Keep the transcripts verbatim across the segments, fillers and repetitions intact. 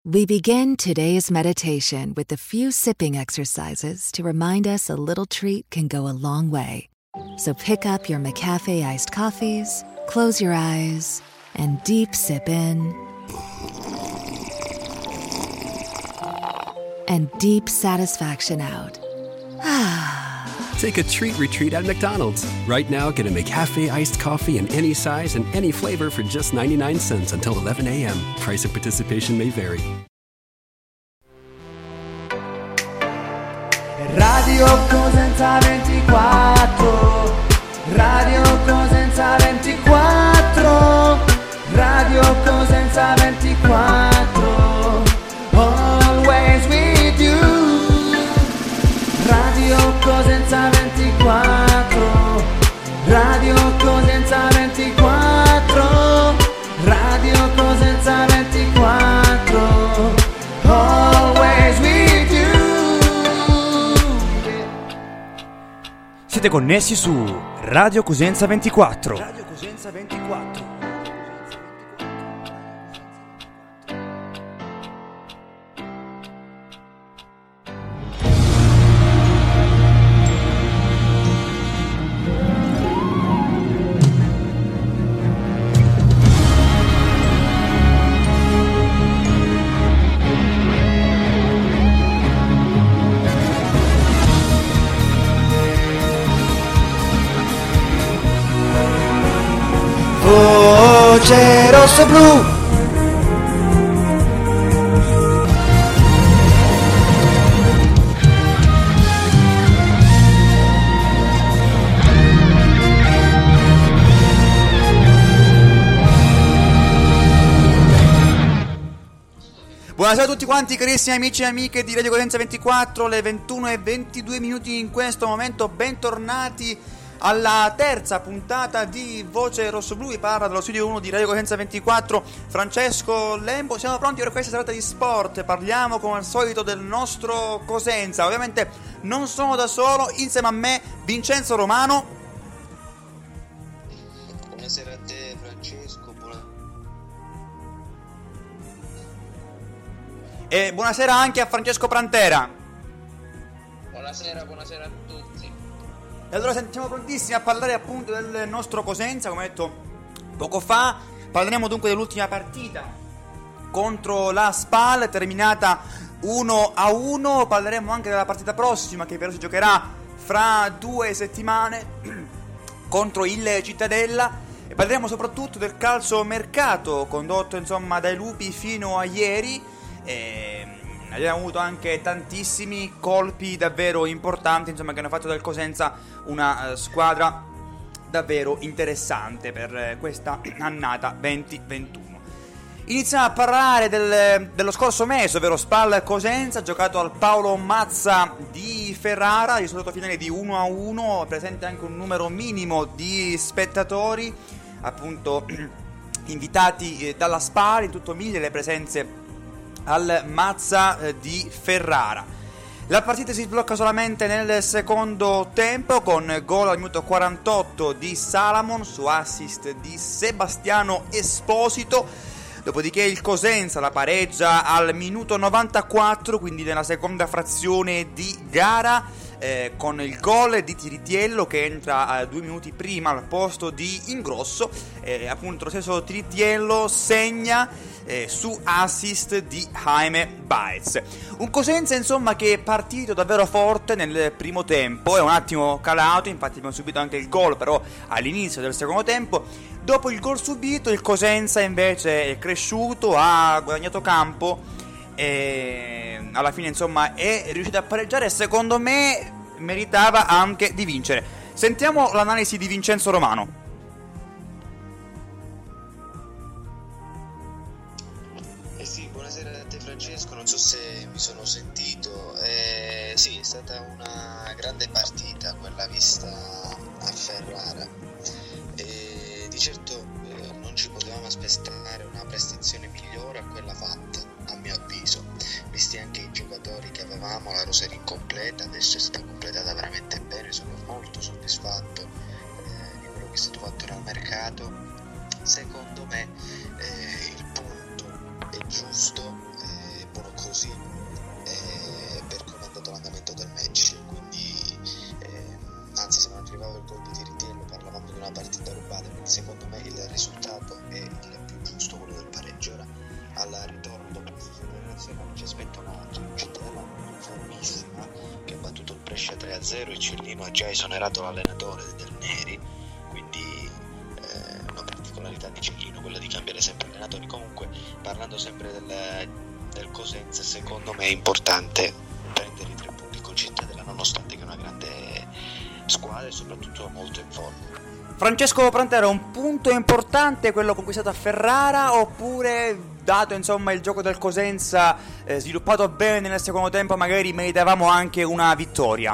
We begin today's meditation with a few sipping exercises to remind us a little treat can go a long way. So pick up your McCafe iced coffees, close your eyes, and deep sip in. And deep satisfaction out. Take a treat retreat at McDonald's. Right now, get a McCafe iced coffee in any size and any flavor for just ninety-nine cents until eleven a.m. Price of participation may vary. Radio Cosenza ventiquattro, Radio Cosenza ventiquattro, Radio Cosenza ventiquattro, always with you. Radio Cosenza ventiquattro, Radio Cosenza ventiquattro, Radio Cosenza ventiquattro, always with you. Siete connessi su Radio Cosenza ventiquattro. Radio Cosenza ventiquattro. Voce rosso-blu. Buonasera a tutti quanti carissimi amici e amiche di Radio Cosenza ventiquattro, le ventuno e ventidue minuti in questo momento, bentornati alla terza puntata di Voce Rossoblu. Vi parla dallo studio uno di Radio Cosenza ventiquattro Francesco Lembo. Siamo pronti per questa serata di sport. Parliamo come al solito del nostro Cosenza. Ovviamente non sono da solo, insieme a me Vincenzo Romano. Buonasera a te Francesco. Buona... E buonasera anche a Francesco Prantera. Buonasera, buonasera a tutti. E allora siamo prontissimi a parlare appunto del nostro Cosenza, come detto poco fa. Parleremo dunque dell'ultima partita contro la Spal, terminata uno a uno. Parleremo anche della partita prossima, che però si giocherà fra due settimane contro il Cittadella. E parleremo soprattutto del calciomercato condotto insomma dai lupi fino a ieri. E abbiamo avuto anche tantissimi colpi davvero importanti, insomma, che hanno fatto del Cosenza una uh, squadra davvero interessante per uh, questa annata venti ventuno. Iniziamo a parlare del, dello scorso mese, ovvero Spal Cosenza, giocato al Paolo Mazza di Ferrara, risultato finale di uno a uno, presente anche un numero minimo di spettatori, appunto invitati eh, dalla Spal, in tutto mille le presenze al Mazza eh, di Ferrara. La partita si sblocca solamente nel secondo tempo con gol al minuto quarantotto di Salamon su assist di Sebastiano Esposito. Dopodiché il Cosenza la pareggia al minuto novantaquattro, quindi nella seconda frazione di gara, eh, con il gol di Tiritiello che entra eh, due minuti prima al posto di Ingrosso. Eh, appunto lo stesso Tiritiello segna Eh, su assist di Jaime Baez. Un Cosenza insomma che è partito davvero forte nel primo tempo, è un attimo calato, infatti abbiamo subito anche il gol però all'inizio del secondo tempo. Dopo il gol subito il Cosenza invece è cresciuto, ha guadagnato campo e alla fine insomma è riuscito a pareggiare e secondo me meritava anche di vincere. Sentiamo l'analisi di Vincenzo Romano. Francesco, non so se mi sono sentito, eh, sì, è stata una grande partita quella vista a Ferrara e di certo eh, non ci potevamo aspettare una prestazione migliore a quella fatta, a mio avviso, visti anche i giocatori che avevamo, la rosa era incompleta, adesso è stata completata veramente bene, sono molto soddisfatto eh, di quello che è stato fatto nel mercato. Secondo me eh, il punto è giusto, finisce tre a zero, il Cirlino ha già esonerato l'allenatore del Neri, quindi eh, una particolarità di Cirlino quella di cambiare sempre allenatori. Comunque, parlando sempre del, del Cosenza, secondo me è importante prendere i tre punti con Cittadella, nonostante che è una grande squadra e soprattutto molto in forma. Francesco Prantera, un punto importante quello conquistato a Ferrara, oppure dato insomma il gioco del Cosenza eh, sviluppato bene nel secondo tempo magari meritavamo anche una vittoria?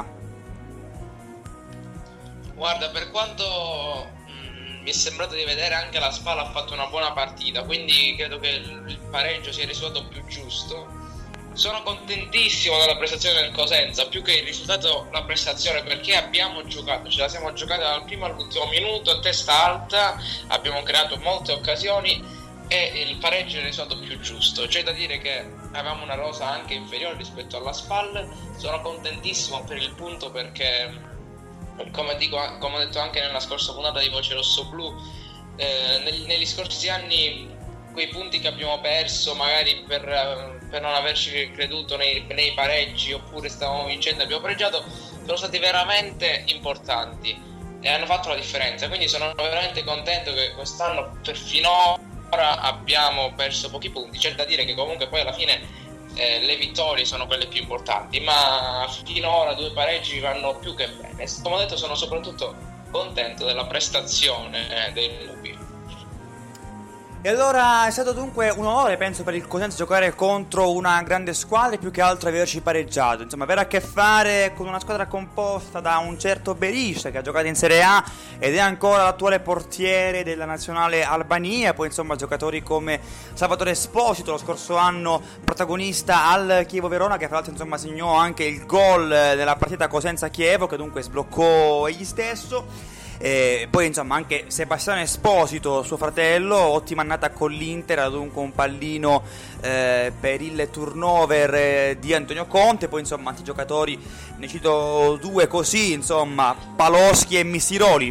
Guarda, per quanto mh, mi è sembrato di vedere, anche la Spal ha fatto una buona partita, quindi credo che il, il pareggio sia risultato più giusto. Sono contentissimo della prestazione del Cosenza, più che il risultato, la prestazione, perché abbiamo giocato, ce la siamo giocata dal primo all'ultimo minuto a testa alta, abbiamo creato molte occasioni e il pareggio è il risultato più giusto. C'è da dire che avevamo una rosa anche inferiore rispetto alla Spal. Sono contentissimo per il punto perché, come, dico, come ho detto anche nella scorsa puntata di Voce Rosso Blu, eh, negli, negli scorsi anni quei punti che abbiamo perso magari per, per non averci creduto nei, nei pareggi, oppure stavamo vincendo e abbiamo pareggiato, sono stati veramente importanti e hanno fatto la differenza. Quindi sono veramente contento che quest'anno per finora abbiamo perso pochi punti. C'è da dire che comunque poi alla fine eh, le vittorie sono quelle più importanti, ma finora due pareggi vanno più che bene. Come ho detto, sono soprattutto contento della prestazione eh, dei Nubi. E allora è stato dunque un onore, penso, per il Cosenza giocare contro una grande squadra e più che altro averci pareggiato. Insomma, avere a che fare con una squadra composta da un certo Berisha, che ha giocato in Serie A ed è ancora l'attuale portiere della nazionale Albania. Poi insomma giocatori come Salvatore Esposito, lo scorso anno protagonista al Chievo Verona, che fra l'altro insomma segnò anche il gol nella partita Cosenza-Chievo, che dunque sbloccò egli stesso. E poi insomma anche Sebastiano Esposito, suo fratello, ottima annata con l'Inter, ha dunque un pallino eh, per il turnover eh, di Antonio Conte. Poi insomma altri giocatori, ne cito due così, insomma Paloschi e Missiroli.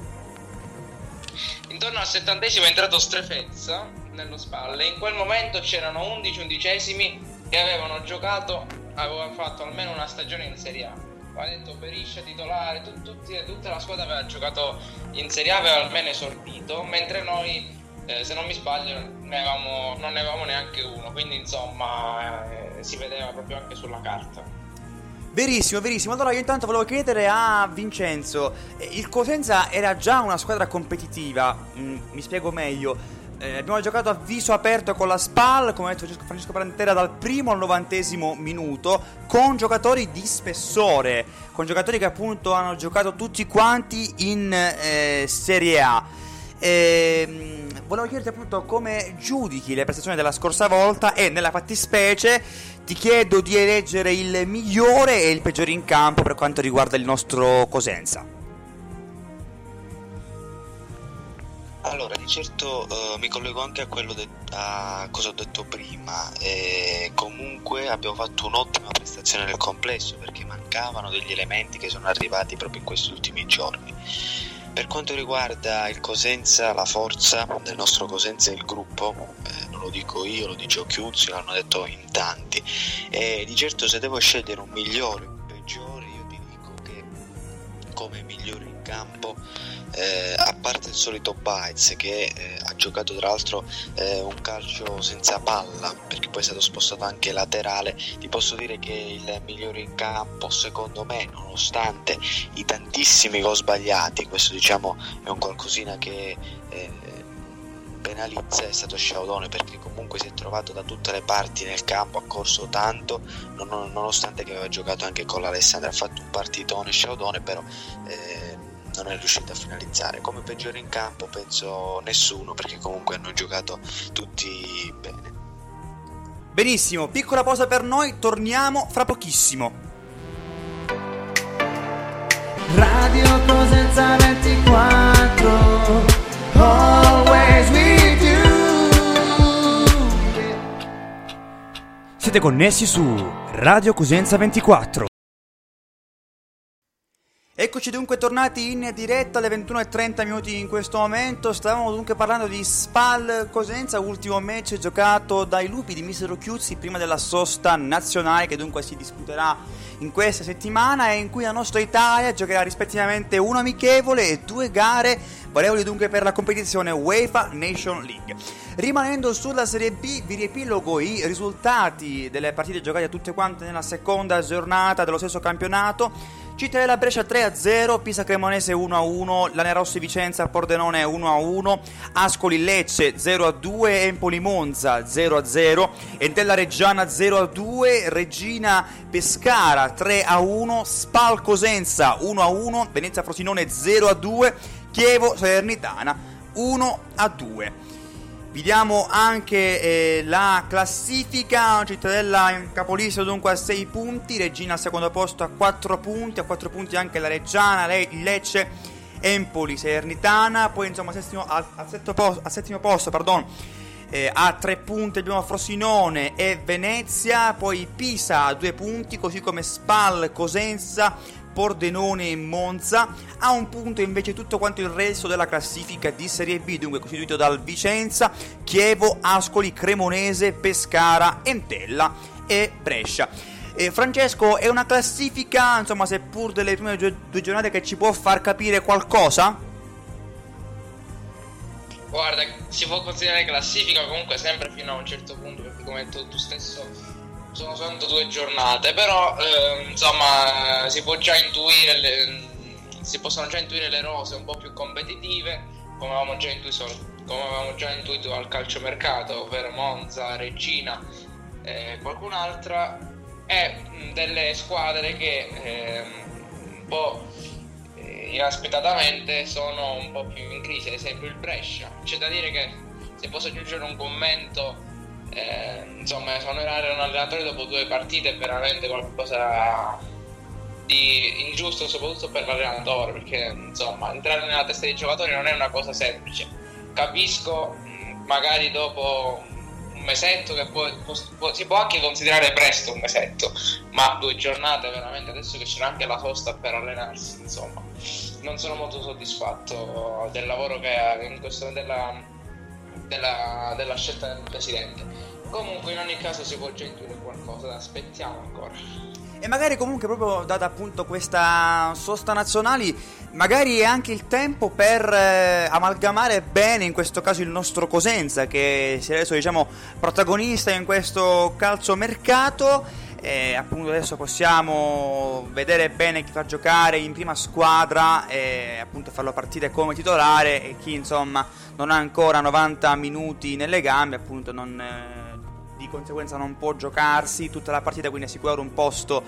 Intorno al settantesimo è entrato Strefezza nello Spalle. In quel momento c'erano undici undicesimi che avevano giocato, avevano fatto almeno una stagione in Serie A. Ha detto Berisha titolare, tut, tutti, tutta la squadra aveva giocato in Serie A, aveva almeno esordito, mentre noi, eh, se non mi sbaglio, ne avevamo, non ne avevamo neanche uno, quindi insomma eh, si vedeva proprio anche sulla carta. Verissimo, verissimo. Allora io intanto volevo chiedere a Vincenzo, il Cosenza era già una squadra competitiva, mm, mi spiego meglio. Eh, abbiamo giocato a viso aperto con la Spal, come ha detto Francesco Prantera, dal primo al novantesimo minuto, con giocatori di spessore, con giocatori che appunto hanno giocato tutti quanti in eh, Serie A. E, volevo chiederti appunto come giudichi le prestazioni della scorsa volta, e nella fattispecie ti chiedo di eleggere il migliore e il peggiore in campo per quanto riguarda il nostro Cosenza. Allora, di certo uh, mi collego anche a quello de- a cosa ho detto prima. E comunque abbiamo fatto un'ottima prestazione nel complesso, perché mancavano degli elementi che sono arrivati proprio in questi ultimi giorni. Per quanto riguarda il Cosenza, la forza del nostro Cosenza è il gruppo, eh, non lo dico io, lo dice Occhiuzzi, l'hanno detto in tanti, e di certo se devo scegliere un migliore o un peggiore, io ti dico che come migliore in campo, Eh, a parte il solito Baez che eh, ha giocato tra l'altro eh, un calcio senza palla, perché poi è stato spostato anche laterale, ti posso dire che il migliore in campo secondo me, nonostante i tantissimi gol sbagliati, questo diciamo è un qualcosina che eh, penalizza, è stato Sciaudone, perché comunque si è trovato da tutte le parti nel campo, ha corso tanto, non, non, nonostante che aveva giocato anche con l'Alessandria, ha fatto un partitone Sciaudone, però eh, non è riuscito a finalizzare. Come peggiore in campo penso nessuno, perché comunque hanno giocato tutti bene. Benissimo, piccola pausa per noi, torniamo fra pochissimo. Radio Cosenza ventiquattro, always with you. Siete connessi su Radio Cosenza ventiquattro. Eccoci dunque tornati in diretta alle ventuno e trenta minuti in questo momento. Stavamo dunque parlando di Spal Cosenza, ultimo match giocato dai lupi di mister Occhiuzzi prima della sosta nazionale che dunque si disputerà in questa settimana e in cui la nostra Italia giocherà rispettivamente un amichevole e due gare valevoli dunque per la competizione UEFA Nation League. Rimanendo sulla Serie B, vi riepilogo i risultati delle partite giocate tutte quante nella seconda giornata dello stesso campionato. Cittadella Brescia tre a zero, Pisa Cremonese uno a uno, Lanerossi Vicenza Pordenone uno a uno, Ascoli Lecce zero a due, Empoli Monza zero a zero, Entella Reggiana zero a due, Regina Pescara tre a uno, Spal Cosenza uno a uno, Venezia Frosinone zero a due, Chievo Salernitana uno a due. Vediamo anche eh, la classifica. Cittadella in capolista dunque a sei punti, Regina al secondo posto a quattro punti, a quattro punti anche la Reggiana, Le- Lecce, Empoli, Salernitana, poi insomma settimo, al, al, settimo posto, al settimo posto pardon, eh, a tre punti abbiamo Frosinone e Venezia, poi Pisa a due punti, così come Spal, Cosenza, Pordenone e Monza. A un punto invece tutto quanto il resto della classifica di Serie B, dunque costituito dal Vicenza, Chievo, Ascoli, Cremonese, Pescara, Entella e Brescia. E Francesco, è una classifica, insomma, seppur delle prime due, due giornate, che ci può far capire qualcosa? Guarda, si può considerare classifica comunque sempre fino a un certo punto, perché come hai detto tu stesso sono soltanto due giornate, però eh, insomma si può già intuire le, si possono già intuire le rose un po' più competitive, come avevamo già intuito, come avevamo già intuito al calciomercato, ovvero Monza, Regina, eh, qualcun'altra, e mh, delle squadre che eh, un po' eh, inaspettatamente sono un po' più in crisi, ad esempio il Brescia. C'è da dire che, se posso aggiungere un commento, Eh, insomma, esonerare un allenatore dopo due partite è veramente qualcosa di ingiusto, soprattutto per l'allenatore, perché insomma entrare nella testa dei giocatori non è una cosa semplice. Capisco magari dopo un mesetto, che può, può, si può anche considerare presto un mesetto, ma due giornate veramente, adesso che c'era anche la sosta per allenarsi, insomma non sono molto soddisfatto del lavoro che ha in questo della Della, della scelta del presidente. Comunque in ogni caso si può già intuire qualcosa, aspettiamo ancora. E magari comunque, proprio data appunto questa sosta nazionali, magari è anche il tempo per eh, amalgamare bene in questo caso il nostro Cosenza, che si è reso, diciamo, protagonista in questo calciomercato. E appunto adesso possiamo vedere bene chi fa giocare in prima squadra e appunto farlo partire come titolare, e chi insomma non ha ancora novanta minuti nelle gambe, appunto non, eh, di conseguenza non può giocarsi tutta la partita, quindi assicurare un posto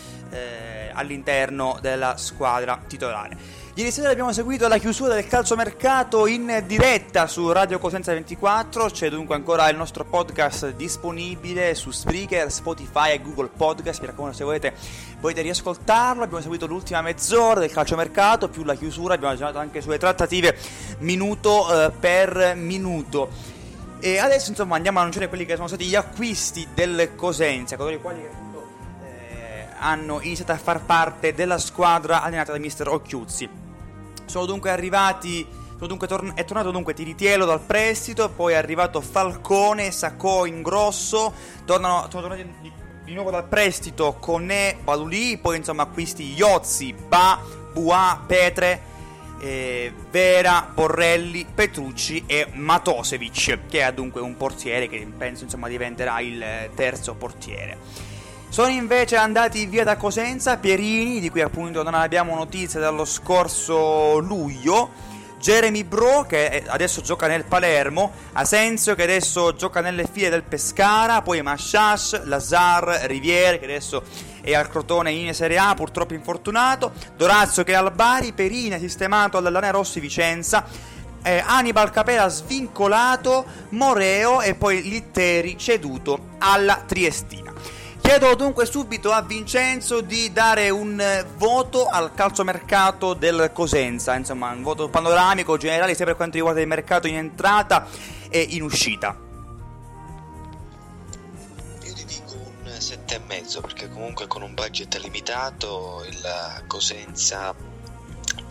eh, all'interno della squadra titolare. Ieri sera abbiamo seguito la chiusura del calciomercato in diretta su Radio Cosenza ventiquattro. C'è dunque ancora il nostro podcast disponibile su Spreaker, Spotify e Google Podcast. Mi raccomando, se volete potete riascoltarlo. Abbiamo seguito l'ultima mezz'ora del calciomercato più la chiusura. Abbiamo ragionato anche sulle trattative minuto eh, per minuto. E adesso insomma andiamo a annunciare quelli che sono stati gli acquisti del Cosenza, coloro i quali appunto eh, hanno iniziato a far parte della squadra allenata da mister Occhiuzzi. Sono dunque arrivati, sono dunque tor- è tornato dunque Tiritiello dal prestito, poi è arrivato Falcone, Sacco Ingrosso, tornano, sono tornati di, di nuovo dal prestito Conè, Balulì, poi insomma acquisti Iozzi, Ba, Bua, Petre, eh, Vera, Borrelli, Petrucci e Matosevic, che è dunque un portiere che penso insomma diventerà il terzo portiere. Sono invece andati via da Cosenza Pierini, di cui appunto non abbiamo notizie dallo scorso luglio, Jeremy Bro, che adesso gioca nel Palermo, Asensio, che adesso gioca nelle file del Pescara, poi Mascias, Lazar, Riviere, che adesso è al Crotone in Serie A, purtroppo infortunato, Dorazio che è al Bari, Perina sistemato alla Lanerossi Vicenza, eh, Anibal Capela svincolato, Moreo e poi Litteri ceduto alla Triestina. Chiedo dunque subito a Vincenzo di dare un voto al calciomercato del Cosenza, insomma un voto panoramico generale sia per quanto riguarda il mercato in entrata e in uscita. Io ti dico un sette e mezzo, perché comunque con un budget limitato il Cosenza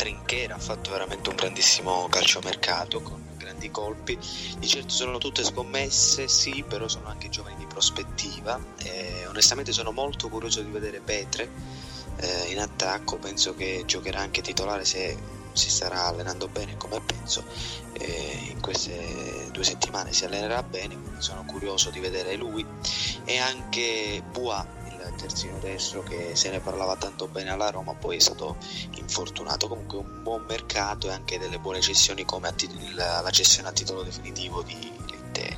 Trinchera ha fatto veramente un grandissimo calciomercato con grandi colpi. Di certo sono tutte scommesse, sì, però sono anche giovani di prospettiva. E onestamente sono molto curioso di vedere Petre eh, in attacco. Penso che giocherà anche titolare se si starà allenando bene, come penso eh, in queste due settimane si allenerà bene, quindi sono curioso di vedere lui. E anche Bua, il terzino destro, che se ne parlava tanto bene alla Roma, poi è stato infortunato. Comunque un buon mercato e anche delle buone cessioni, come a tit- la, la cessione a titolo definitivo di Litteri.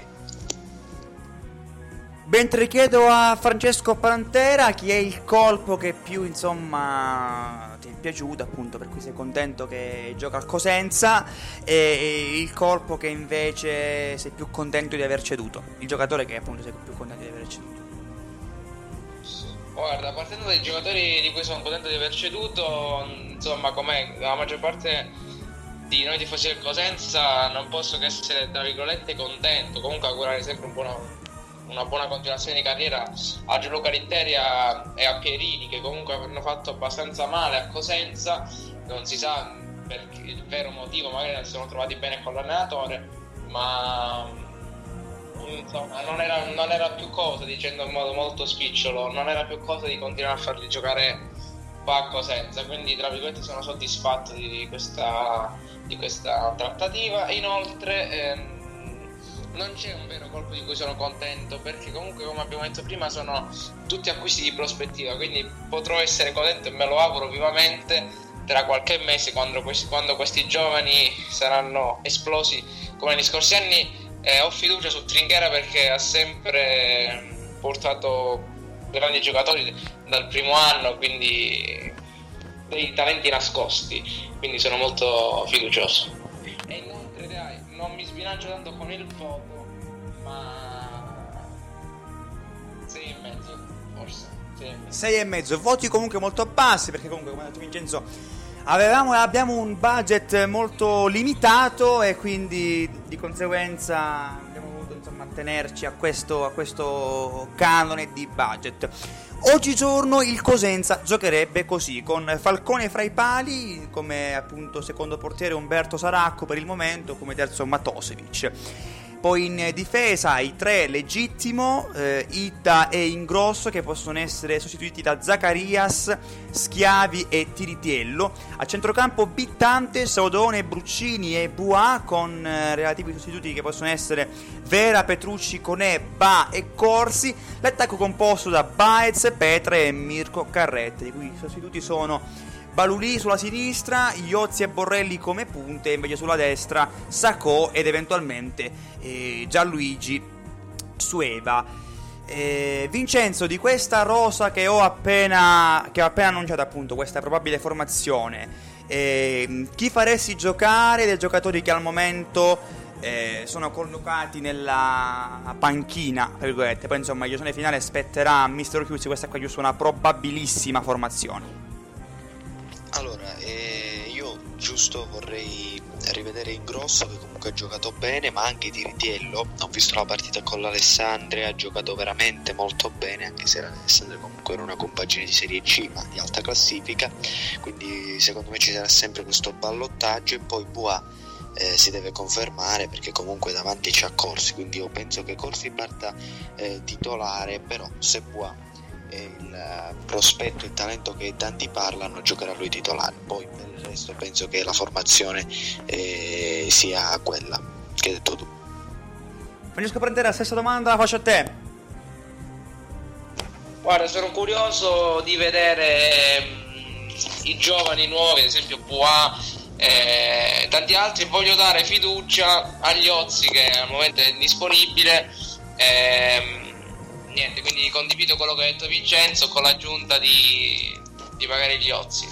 Mentre chiedo a Francesco Pantera chi è il colpo che più, insomma, ti è piaciuto, appunto, per cui sei contento che gioca al Cosenza, e il colpo che invece sei più contento di aver ceduto, il giocatore che appunto sei più contento di aver ceduto. Guarda, partendo dai giocatori di cui sono contento di aver ceduto, insomma, come la maggior parte di noi tifosi del Cosenza, non posso che essere, tra virgolette, contento, comunque augurare sempre un buono una buona continuazione di carriera a Gianluca Litteri e a Pierini, che comunque hanno fatto abbastanza male a Cosenza. Non si sa per il vero motivo, magari non si sono trovati bene con l'allenatore, ma insomma non era, non era più cosa, dicendo in modo molto spicciolo, non era più cosa di continuare a farli giocare qua a Cosenza, quindi tra virgolette sono soddisfatto di questa, di questa trattativa. Inoltre ehm, non c'è un vero colpo di cui sono contento, perché comunque, come abbiamo detto prima, sono tutti acquisti di prospettiva, quindi potrò essere contento, e me lo auguro vivamente, tra qualche mese, quando questi, quando questi giovani saranno esplosi come negli scorsi anni. Eh, ho fiducia su Trinchera, perché ha sempre portato grandi giocatori dal primo anno, quindi dei talenti nascosti, quindi sono molto fiducioso. E inoltre, dai, non mi sbilancio tanto con il voto, ma sei e mezzo, forse sei e mezzo, voti comunque molto bassi, perché comunque, come ha detto Vincenzo, avevamo abbiamo un budget molto limitato, e quindi di conseguenza abbiamo voluto, insomma, tenerci a questo, a questo canone di budget. Oggigiorno il Cosenza giocherebbe così, con Falcone fra i pali, come appunto secondo portiere Umberto Saracco per il momento, come terzo Matosevic. Poi in difesa i tre Legittimo, eh, Ita e Ingrosso, che possono essere sostituiti da Zacarias, Schiavi e Tiritiello. A centrocampo Bittante, Saudone, Bruccini e Bua, con eh, relativi sostituti che possono essere Vera, Petrucci, Conè, Ba e Corsi. L'attacco composto da Baez, Petre e Mirko Carrette, i cui sostituti sono Balulì sulla sinistra, Iozzi e Borrelli come punte, invece sulla destra Sacco ed eventualmente eh, Gianluigi Sueva. Eh, Vincenzo, di questa rosa che ho appena che ho appena annunciato, appunto, questa probabile formazione, eh, chi faresti giocare dei giocatori che al momento eh, sono collocati nella panchina, per virgolette? Poi, insomma, il girone finale spetterà a mister Chiusi, questa qua è giusto una probabilissima formazione. Allora, eh, io giusto vorrei rivedere Ingrosso, che comunque ha giocato bene, ma anche Tiritiello. Ho visto la partita con l'Alessandria, ha giocato veramente molto bene, anche se l'Alessandria comunque era una compagine di Serie C, ma di alta classifica, quindi secondo me ci sarà sempre questo ballottaggio. E poi Bua eh, si deve confermare, perché comunque davanti c'ha Corsi, quindi io penso che Corsi parta eh, titolare, però se Bua e il prospetto e il talento che tanti parlano, giocherà lui titolare. Poi per il resto penso che la formazione eh, sia quella che hai detto tu. Francesco Pantera, stessa domanda la faccio a te. Guarda, sono curioso di vedere mh, i giovani nuovi, ad esempio Pua e eh, tanti altri. Voglio dare fiducia agli Ozzi, che al momento è indisponibile. ehm, Niente, quindi condivido quello che ha detto Vincenzo, con l'aggiunta di, di magari gli Ozzi.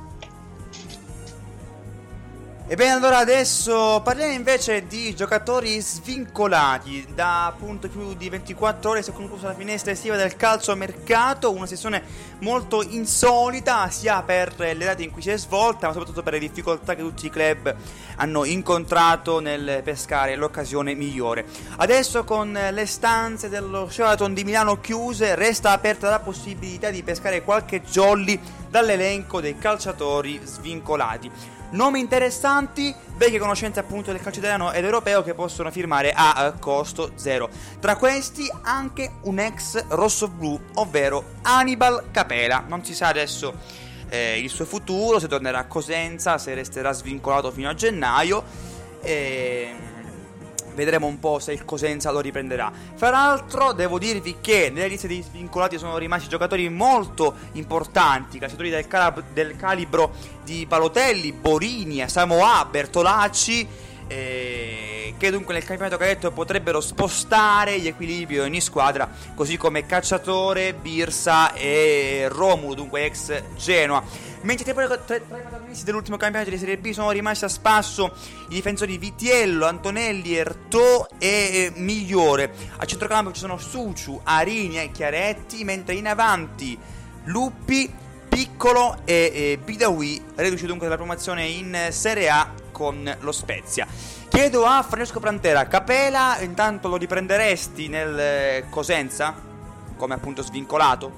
Ebbene, allora adesso parliamo invece di giocatori svincolati. Da appunto più di ventiquattro ore si è conclusa la finestra estiva del calciomercato, una sessione molto insolita sia per le date in cui si è svolta, ma soprattutto per le difficoltà che tutti i club hanno incontrato nel pescare l'occasione migliore. Adesso, con le stanze dello Sheraton di Milano chiuse, resta aperta la possibilità di pescare qualche jolly dall'elenco dei calciatori svincolati. Nomi interessanti, vecchie conoscenze appunto del calcio italiano ed europeo che possono firmare a uh, costo zero. Tra questi anche un ex rossoblu, ovvero Hannibal Capela. Non si sa adesso eh, il suo futuro, se tornerà a Cosenza, se resterà svincolato fino a gennaio. E vedremo un po' se il Cosenza lo riprenderà. Fra l'altro devo dirvi che nelle liste dei svincolati sono rimasti giocatori molto importanti, calciatori del, calab- del calibro di Balotelli, Borini, Samoa, Bertolacci, eh, che dunque nel campionato cadetto potrebbero spostare gli equilibri di ogni squadra, così come Cacciatore, Birsa e Romulo, dunque ex Genoa. Mentre tra, tra, tra i protagonisti dell'ultimo campionato di Serie B sono rimasti a spasso i difensori Vitiello, Antonelli, Ertò e eh, Migliore. A centrocampo ci sono Suciu, Arini e Chiaretti, mentre in avanti Luppi, Piccolo e eh, Bidawi, reduci dunque dalla promozione in Serie A con lo Spezia. Chiedo a Francesco Prantera, Capela intanto lo riprenderesti nel eh, Cosenza come appunto svincolato?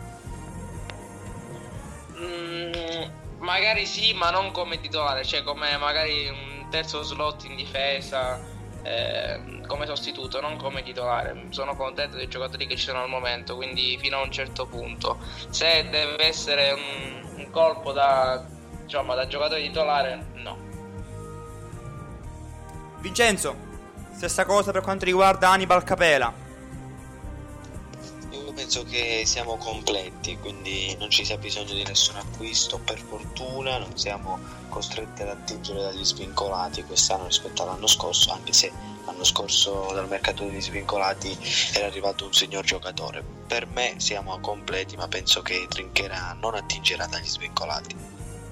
Magari sì, ma non come titolare, cioè come magari un terzo slot in difesa, eh, come sostituto, non come titolare. Sono contento dei giocatori che ci sono al momento, quindi fino a un certo punto. Se deve essere un, un colpo da, insomma, da giocatore titolare, no. Vincenzo, stessa cosa per quanto riguarda Hannibal Capela. Io penso che siamo completi, quindi non ci sia bisogno di nessun acquisto. Per fortuna non siamo costretti ad attingere dagli svincolati quest'anno rispetto all'anno scorso, anche se l'anno scorso dal mercato degli svincolati era arrivato un signor giocatore. Per me siamo completi, ma penso che Trinchera non attingerà dagli svincolati.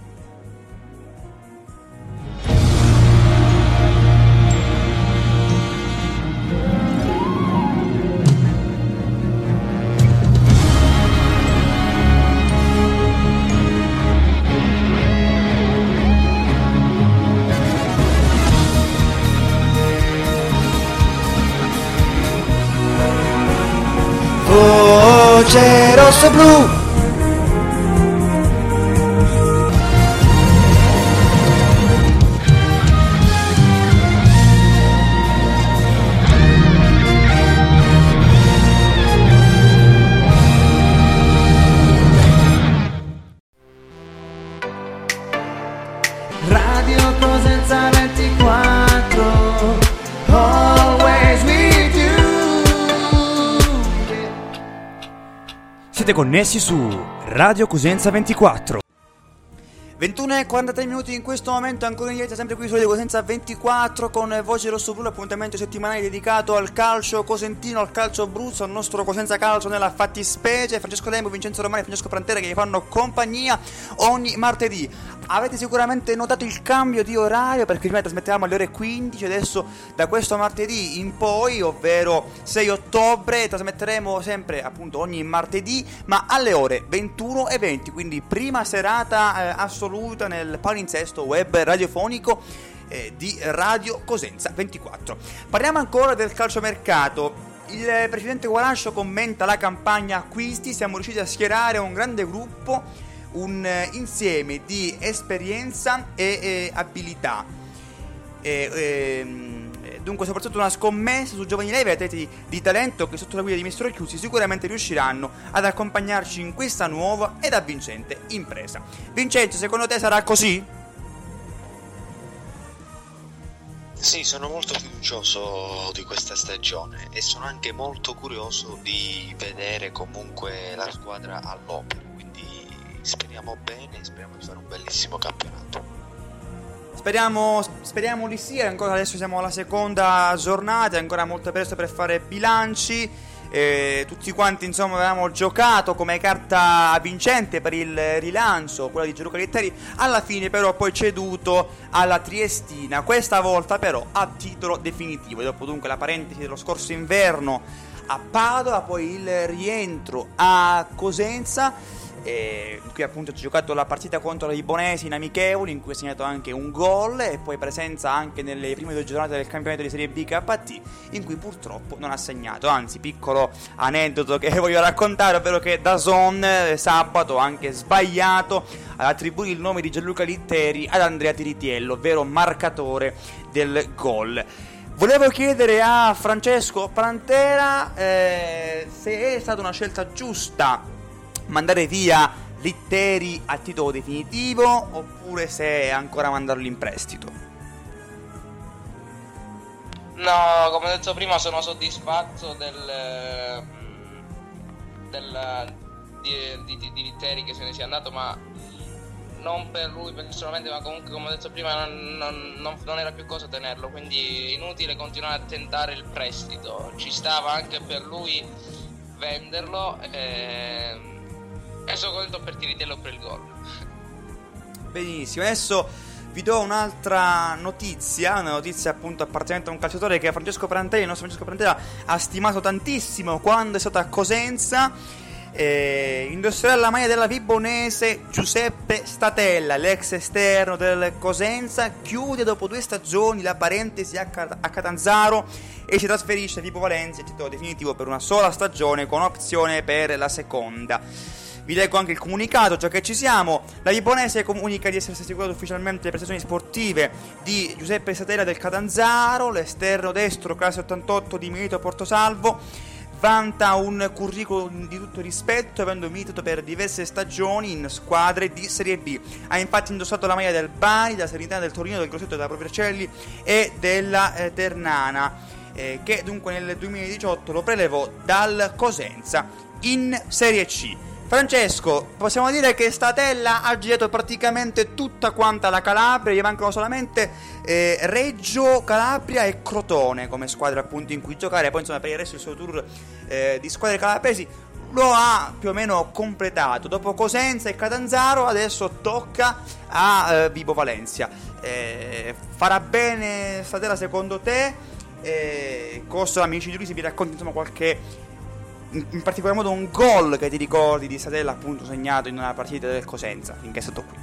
Voce rosso-blu. Radio Cosenza ventiquattro, always with you. Siete connessi su Radio Cosenza ventiquattro. ventuno e quarantatré minuti in questo momento, ancora in diretta sempre qui su Radio Cosenza ventiquattro con Voce Rossoblu, appuntamento settimanale dedicato al calcio cosentino, al calcio Abruzzo, al nostro Cosenza Calcio nella fattispecie. Francesco Lembo, Vincenzo Romani e Francesco Prantera che vi fanno compagnia ogni martedì. Avete sicuramente notato il cambio di orario, perché prima trasmettevamo alle ore quindici, adesso da questo martedì in poi, ovvero sei ottobre, trasmetteremo sempre appunto ogni martedì, ma alle ore ventuno e venti, quindi prima serata eh, assoluta nel palinsesto web radiofonico eh, di Radio Cosenza ventiquattro. Parliamo ancora del calciomercato. Il presidente Gualascio commenta la campagna acquisti. Siamo riusciti a schierare un grande gruppo, un eh, insieme di esperienza e eh, abilità, e, ehm, dunque soprattutto una scommessa su giovani levi e atleti di talento che sotto la guida di Mistero Chiusi sicuramente riusciranno ad accompagnarci in questa nuova ed avvincente impresa. Vincenzo, secondo te sarà così? Sì, sono molto fiducioso di questa stagione e sono anche molto curioso di vedere comunque la squadra all'opera, quindi speriamo bene, speriamo di fare un bellissimo campionato. Speriamo, speriamo di sì, ancora adesso siamo alla seconda giornata, è ancora molto presto per fare bilanci. Eh, tutti quanti insomma avevamo giocato come carta vincente per il rilancio, quella di Gianluca Litteri, alla fine però poi ceduto alla Triestina, questa volta però a titolo definitivo. E dopo dunque la parentesi dello scorso inverno a Padova, poi il rientro a Cosenza, eh, in cui appunto ha giocato la partita contro la Vibonesi in amichevoli, in cui ha segnato anche un gol, e poi presenza anche nelle prime due giornate del campionato di Serie B K T, in cui purtroppo non ha segnato. Anzi, piccolo aneddoto che voglio raccontare, ovvero che DAZN eh, sabato ha anche sbagliato ad attribuire il nome di Gianluca Litteri ad Andrea Tiritiello, ovvero marcatore del gol. Volevo chiedere a Francesco Prantera eh, se è stata una scelta giusta mandare via Litteri a titolo definitivo, oppure se è ancora mandarlo in prestito. No, come ho detto prima, sono soddisfatto del, del di, di, di, di Litteri che se ne sia andato, ma non per lui personalmente, ma comunque, come ho detto prima, non, non, non era più cosa tenerlo, quindi è inutile continuare a tentare il prestito. Ci stava anche per lui venderlo, e, e sono contento per Tiritello per il gol. Benissimo, adesso vi do un'altra notizia, una notizia appunto appartenente a un calciatore che Francesco Prantera, il nostro Francesco Prantera, ha stimato tantissimo quando è stato a Cosenza. Eh, indosserà la maglia della Vibonese Giuseppe Statella, l'ex esterno del Cosenza, chiude dopo due stagioni la parentesi a, Cat- a Catanzaro e si trasferisce a Vibo Valentia a titolo definitivo per una sola stagione con opzione per la seconda. Vi leggo anche il comunicato, già che ci siamo. La Vibonese comunica di essersi assicurato ufficialmente le prestazioni sportive di Giuseppe Statella del Catanzaro, l'esterno destro classe ottantotto di Milito Portosalvo. Vanta un curriculum di tutto rispetto, avendo militato per diverse stagioni in squadre di Serie B. Ha infatti indossato la maglia del Bari, della Salernitana, del Torino, del Grosseto, della Provercelli e della eh, Ternana, eh, che dunque nel duemiladiciotto lo prelevò dal Cosenza in Serie C. Francesco, possiamo dire che Statella ha girato praticamente tutta quanta la Calabria, gli mancano solamente eh, Reggio Calabria e Crotone come squadre appunto in cui giocare, poi insomma per il resto il suo tour eh, di squadre calabresi lo ha più o meno completato. Dopo Cosenza e Catanzaro adesso tocca a eh, Vibo Valentia. Eh, farà bene Statella secondo te? Eh, Costo, amici di lui, si vi racconti insomma qualche, in particolar modo un gol che ti ricordi di Statella appunto segnato in una partita del Cosenza finché è stato qui?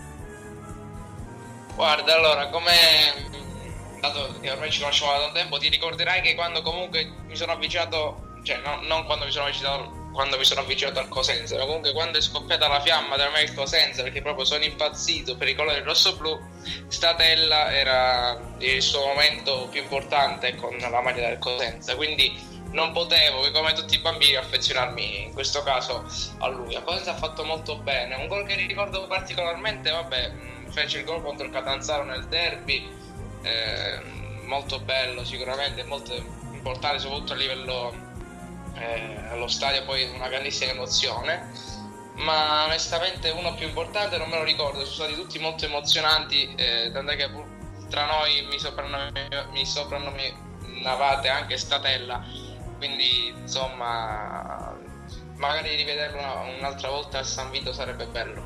Guarda, allora, come dato che ormai ci conosciamo da tanto tempo, ti ricorderai che quando comunque mi sono avvicinato, cioè no, non quando mi sono avvicinato quando mi sono avvicinato al Cosenza, ma comunque quando è scoppiata la fiamma da me il Cosenza, perché proprio sono impazzito per i colori rosso-blu, Statella era il suo momento più importante con la maglia del Cosenza, quindi non potevo che come tutti i bambini affezionarmi in questo caso a lui. A Cosenza ha fatto molto bene. Un gol che ricordo particolarmente, vabbè, fece il gol contro il Catanzaro nel derby, eh, molto bello sicuramente, molto importante soprattutto a livello eh, allo stadio, poi una grandissima emozione, ma onestamente uno più importante non me lo ricordo, sono stati tutti molto emozionanti, eh, tant'è che tra noi mi soprannominavate mi soprannominavate anche Statella. Quindi insomma, magari rivederlo una, un'altra volta a San Vito sarebbe bello.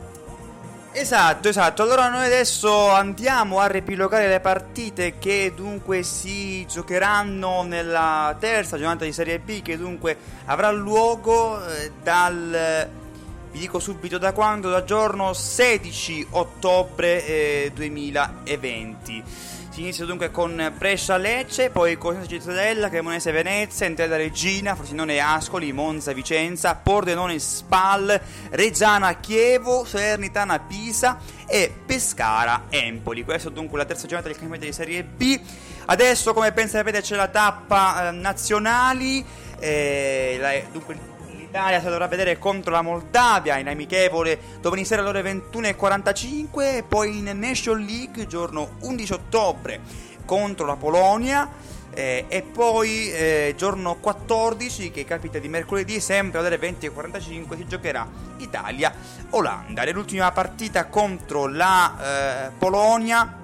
Esatto, esatto. Allora noi adesso andiamo a riepilogare le partite che dunque si giocheranno nella terza giornata di Serie B, che dunque avrà luogo eh, dal, vi dico subito da quando, dal giorno sedici ottobre eh, duemilaventi. Si inizia dunque con Brescia-Lecce, poi Cosenza Cittadella, Cremonese Venezia, Entella Regina, Frosinone Ascoli, Monza Vicenza, Pordenone Spal, Reggiana Chievo, Salernitana Pisa e Pescara Empoli. Questa è dunque la terza giornata del campionato di Serie B. Adesso, come ben sapete, c'è la tappa eh, nazionali, eh, la, dunque l'Italia si dovrà vedere contro la Moldavia in amichevole domani sera alle ore ventuno e quarantacinque, poi in Nation League giorno undici ottobre contro la Polonia, eh, e poi eh, giorno quattordici, che capita di mercoledì, sempre alle ore venti e quarantacinque, si giocherà Italia-Olanda. L'ultima partita contro la eh, Polonia,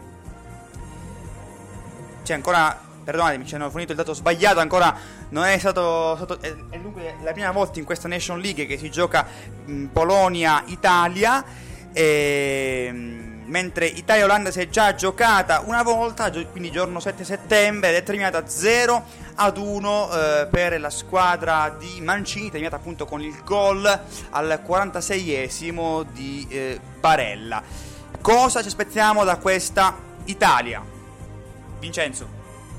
c'è ancora, perdonatemi, ci hanno fornito il dato sbagliato, ancora non è stato, stato è, è dunque la prima volta in questa Nation League che si gioca mh, Polonia-Italia, e mh, mentre Italia e Olanda si è già giocata una volta, quindi giorno sette settembre, ed è terminata zero ad uno eh, per la squadra di Mancini, terminata appunto con il gol al quarantaseiesimo di eh, Barella. Cosa ci aspettiamo da questa Italia? Vincenzo?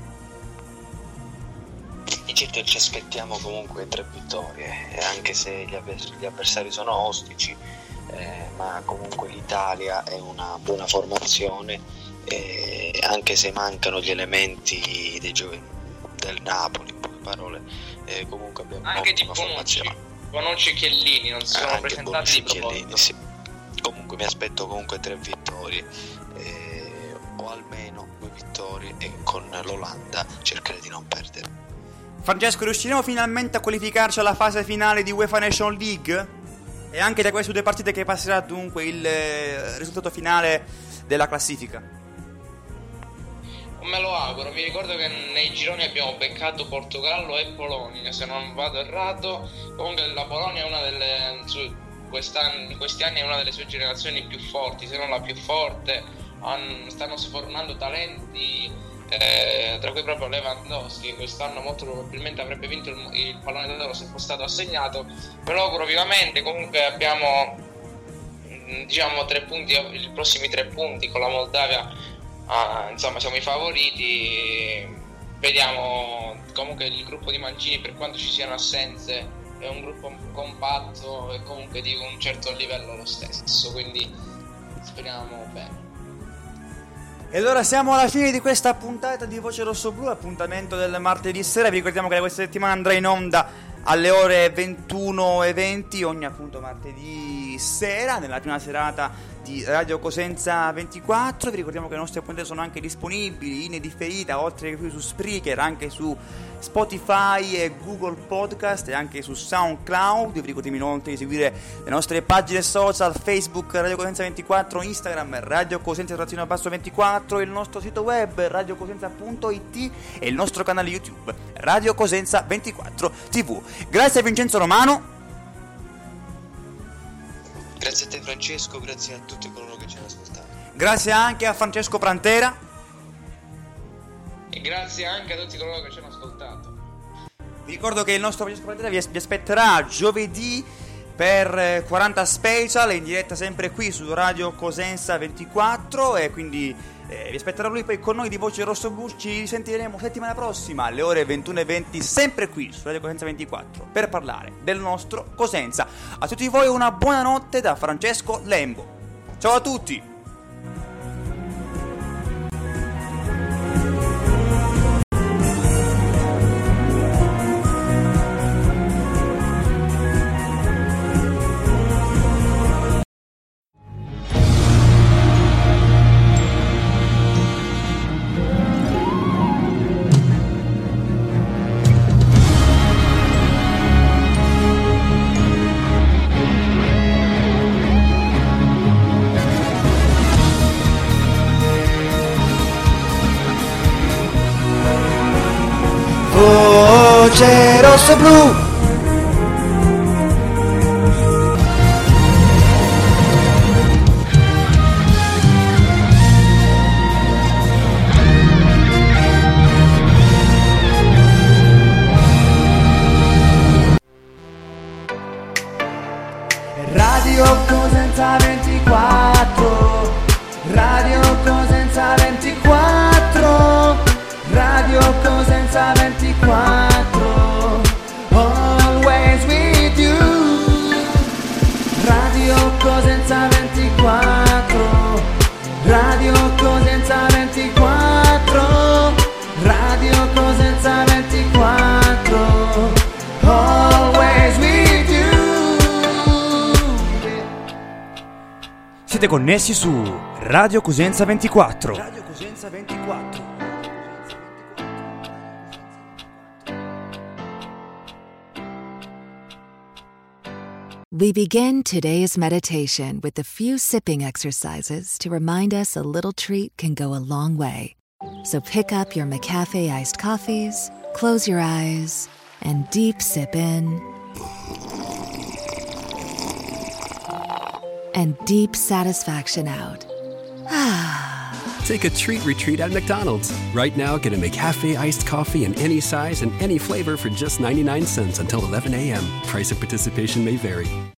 Di certo ci aspettiamo comunque tre vittorie, anche se gli, avvers- gli avversari sono ostici, eh, ma comunque l'Italia è una buona formazione, eh, anche se mancano gli elementi dei giochi del Napoli, in poche parole, eh, comunque abbiamo anche di un'ottima Bonucci, formazione. Bonucci e Chiellini non si sono Anche presentati Bonucci di e Chiellini, proposito. sì. Comunque mi aspetto comunque tre vittorie, eh, o almeno due vittorie, e con l'Olanda cercare di non perdere. Francesco, riusciremo finalmente a qualificarci alla fase finale di UEFA Nation League? E anche da queste due partite che passerà dunque il eh, risultato finale della classifica? Me lo auguro, mi ricordo che nei gironi abbiamo beccato Portogallo e Polonia, se non vado errato. Comunque la Polonia è una delle, su, quest'anno, in questi anni è una delle sue generazioni più forti, se non la più forte. Han, stanno sfornando talenti, Eh, tra cui proprio Lewandowski, che quest'anno molto probabilmente avrebbe vinto il, il pallone d'oro se fosse stato assegnato. Me lo auguro vivamente. Comunque abbiamo diciamo tre punti, i prossimi tre punti con la Moldavia, ah, insomma siamo i favoriti. Vediamo comunque il gruppo di Mancini, per quanto ci siano assenze, è un gruppo compatto e comunque di un certo livello lo stesso, quindi speriamo bene. E allora siamo alla fine di questa puntata di Voce Rossoblu, appuntamento del martedì sera. Vi ricordiamo che questa settimana andrà in onda alle ore ventuno e venti, ogni appunto martedì sera, nella prima serata di Radio Cosenza ventiquattro. Vi ricordiamo che le nostre puntate sono anche disponibili in differita, oltre che qui su Spreaker, anche su Spotify e Google Podcast e anche su SoundCloud. Vi ricordiamo inoltre di seguire le nostre pagine social: Facebook Radio Cosenza ventiquattro, Instagram Radio Cosenza Basso ventiquattro, il nostro sito web radiocosenza punto it e il nostro canale YouTube Radio Cosenza ventiquattro tivù. Grazie a Vincenzo Romano. Grazie a te Francesco, grazie a tutti coloro che ci hanno ascoltato. Grazie anche a Francesco Prantera. E grazie anche a tutti coloro che ci hanno ascoltato. Vi ricordo che il nostro Francesco Prantera vi, vi aspetterà giovedì per quaranta Special, in diretta sempre qui su Radio Cosenza ventiquattro, e quindi eh, vi aspetterà lui poi con noi di Voce Rossoblu. Ci sentiremo settimana prossima alle ore ventuno e venti sempre qui su Radio Cosenza ventiquattro per parlare del nostro Cosenza. A tutti voi una buona notte da Francesco Lembo. Ciao a tutti. Voce Rossoblu. Radio Cosenza ventiquattro, Radio Cosenza ventiquattro, Radio Cosenza ventiquattro, always with you. Radio Cosenza ventiquattro, Radio Cosenza ventiquattro, Radio Cosenza ventiquattro, always with you. Siete connessi su Radio Cosenza ventiquattro. Radio Cosenza ventiquattro. We begin today's meditation with a few sipping exercises to remind us a little treat can go a long way. So pick up your McCafe iced coffees, close your eyes, and deep sip in and deep satisfaction out. Take a treat retreat at McDonald's. Right now, get a McCafe iced coffee in any size and any flavor for just ninety-nine cents until eleven a.m. Price of participation may vary.